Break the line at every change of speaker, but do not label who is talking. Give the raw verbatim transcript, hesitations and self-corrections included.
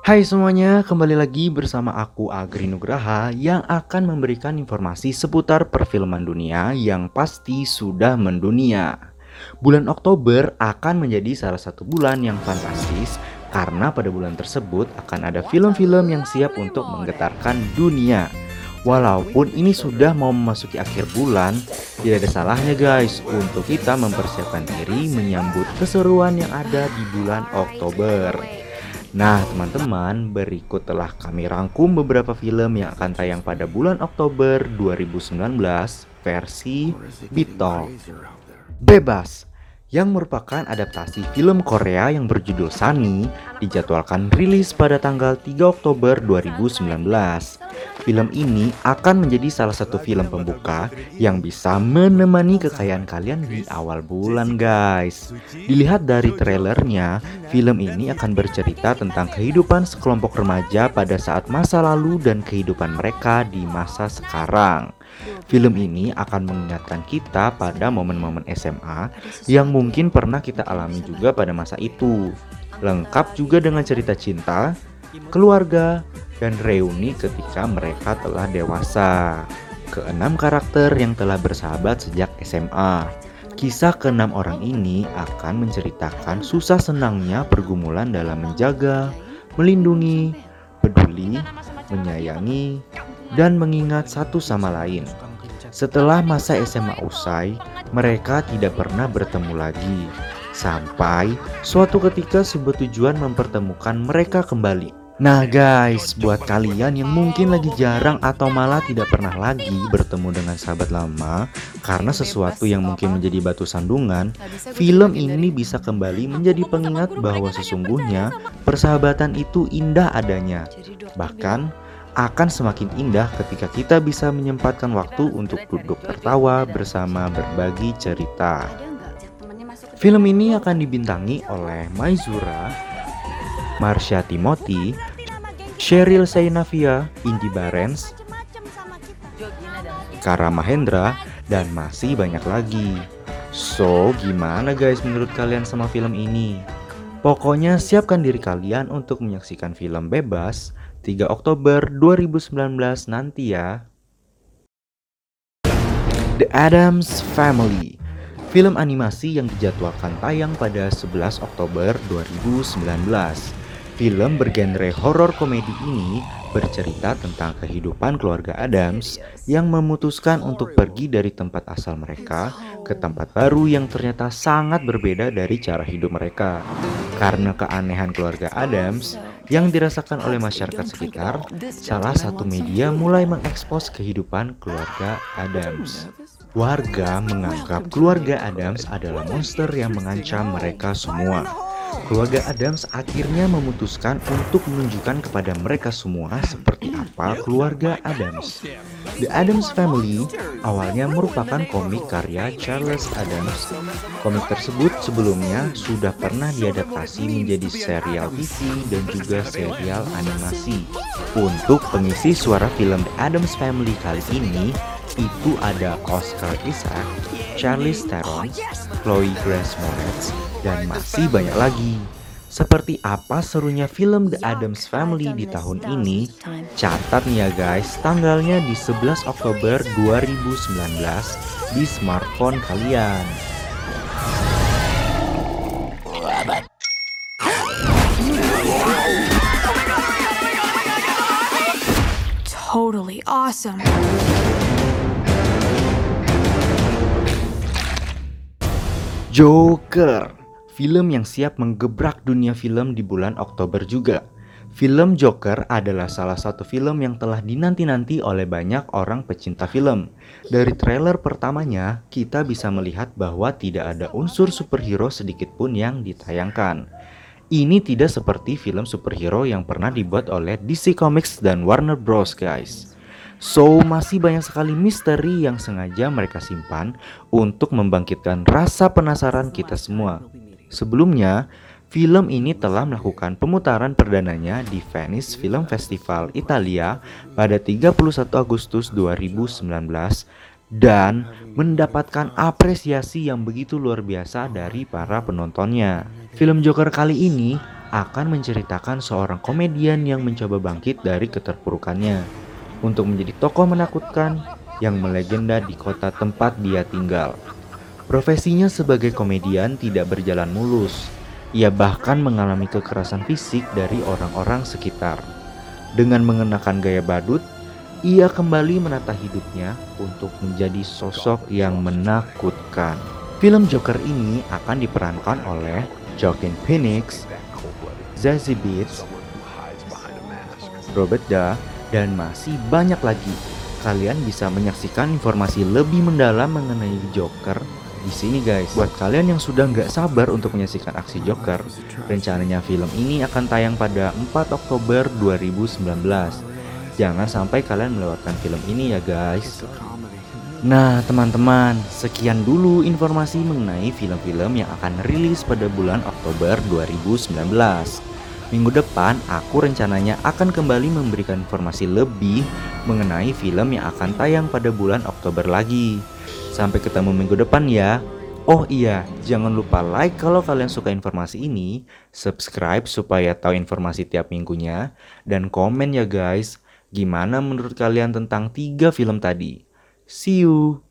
Hai semuanya, kembali lagi bersama aku Agri Nugraha yang akan memberikan informasi seputar perfilman dunia yang pasti sudah mendunia. Bulan Oktober akan menjadi salah satu bulan yang fantastis karena pada bulan tersebut akan ada film-film yang siap untuk menggetarkan dunia. Walaupun ini sudah mau memasuki akhir bulan, tidak ada salahnya guys untuk kita mempersiapkan diri menyambut keseruan yang ada di bulan Oktober. Nah, teman-teman, berikut telah kami rangkum beberapa film yang akan tayang pada bulan Oktober dua ribu sembilan belas versi Bitol. Bebas, yang merupakan adaptasi film Korea yang berjudul Sunny, dijadwalkan rilis pada tanggal tiga Oktober dua ribu sembilan belas. Film ini akan menjadi salah satu film pembuka yang bisa menemani kekayaan kalian di awal bulan guys. Dilihat dari trailernya, film ini akan bercerita tentang kehidupan sekelompok remaja pada saat masa lalu dan kehidupan mereka di masa sekarang. Film ini akan mengingatkan kita pada momen-momen S M A yang mungkin pernah kita alami juga pada masa itu. Lengkap juga dengan cerita cinta, keluarga, dan reuni ketika mereka telah dewasa. Keenam karakter yang telah bersahabat sejak S M A. Kisah keenam orang ini akan menceritakan susah senangnya pergumulan dalam menjaga, melindungi, peduli, menyayangi, dan mengingat satu sama lain. Setelah masa S M A usai, mereka tidak pernah bertemu lagi. Sampai suatu ketika sebuah tujuan mempertemukan mereka kembali. Nah guys, buat kalian yang mungkin lagi jarang atau malah tidak pernah lagi bertemu dengan sahabat lama karena sesuatu yang mungkin menjadi batu sandungan, film ini bisa kembali menjadi pengingat bahwa sesungguhnya persahabatan itu indah adanya. Bahkan akan semakin indah ketika kita bisa menyempatkan waktu untuk duduk tertawa bersama berbagi cerita. Film ini akan dibintangi oleh Maizura, Marsha Timothy, Sheryl Sheinafia, Indy Barens, Kara Mahendra, dan masih banyak lagi. So, gimana guys menurut kalian sama film ini? Pokoknya siapkan diri kalian untuk menyaksikan film Bebas tiga Oktober dua ribu sembilan belas nanti ya. The Addams Family, film animasi yang dijadwalkan tayang pada sebelas Oktober dua ribu sembilan belas. Film bergenre horor komedi ini bercerita tentang kehidupan keluarga Addams yang memutuskan untuk pergi dari tempat asal mereka ke tempat baru yang ternyata sangat berbeda dari cara hidup mereka. Karena keanehan keluarga Addams yang dirasakan oleh masyarakat sekitar, salah satu media mulai mengekspos kehidupan keluarga Addams. Warga menganggap keluarga Addams adalah monster yang mengancam mereka semua. Keluarga Addams akhirnya memutuskan untuk menunjukkan kepada mereka semua seperti apa keluarga Addams. The Addams Family awalnya merupakan komik karya Charles Addams. Komik tersebut sebelumnya sudah pernah diadaptasi menjadi serial T V dan juga serial animasi. Untuk pengisi suara film The Addams Family kali ini, itu ada Oscar Isaac, Charlize Theron, Chloe Grace Moretz, dan masih banyak lagi. Seperti apa serunya film The Addams Family di tahun ini? Catat nih ya guys, tanggalnya di sebelas Oktober dua ribu sembilan belas di smartphone kalian.
Totally awesome.
Joker, film yang siap menggebrak dunia film di bulan Oktober juga. Film Joker adalah salah satu film yang telah dinanti-nanti oleh banyak orang pecinta film. Dari trailer pertamanya, kita bisa melihat bahwa tidak ada unsur superhero sedikit pun yang ditayangkan. Ini tidak seperti film superhero yang pernah dibuat oleh D C Comics dan Warner Bros guys. So, masih banyak sekali misteri yang sengaja mereka simpan untuk membangkitkan rasa penasaran kita semua. Sebelumnya, film ini telah melakukan pemutaran perdananya di Venice Film Festival Italia pada tiga puluh satu Agustus dua ribu sembilan belas dan mendapatkan apresiasi yang begitu luar biasa dari para penontonnya. Film Joker kali ini akan menceritakan seorang komedian yang mencoba bangkit dari keterpurukannya untuk menjadi tokoh menakutkan yang melegenda di kota tempat dia tinggal. Profesinya sebagai komedian tidak berjalan mulus. Ia bahkan mengalami kekerasan fisik dari orang-orang sekitar. Dengan mengenakan gaya badut, ia kembali menata hidupnya untuk menjadi sosok yang menakutkan. Film Joker ini akan diperankan oleh Joaquin Phoenix, Zazie Beetz, Robert Daw, dan masih banyak lagi. Kalian bisa menyaksikan informasi lebih mendalam mengenai Joker di sini guys. Buat kalian yang sudah nggak sabar untuk menyaksikan aksi Joker, rencananya film ini akan tayang pada empat Oktober dua ribu sembilan belas. Jangan sampai kalian melewatkan film ini ya guys. Nah teman-teman, sekian dulu informasi mengenai film-film yang akan rilis pada bulan Oktober dua ribu sembilan belas. Minggu depan aku rencananya akan kembali memberikan informasi lebih mengenai film yang akan tayang pada bulan Oktober lagi. Sampai ketemu minggu depan ya. Oh iya, jangan lupa like kalau kalian suka informasi ini, subscribe supaya tahu informasi tiap minggunya, dan komen ya guys. Gimana menurut kalian tentang tiga film tadi? See you!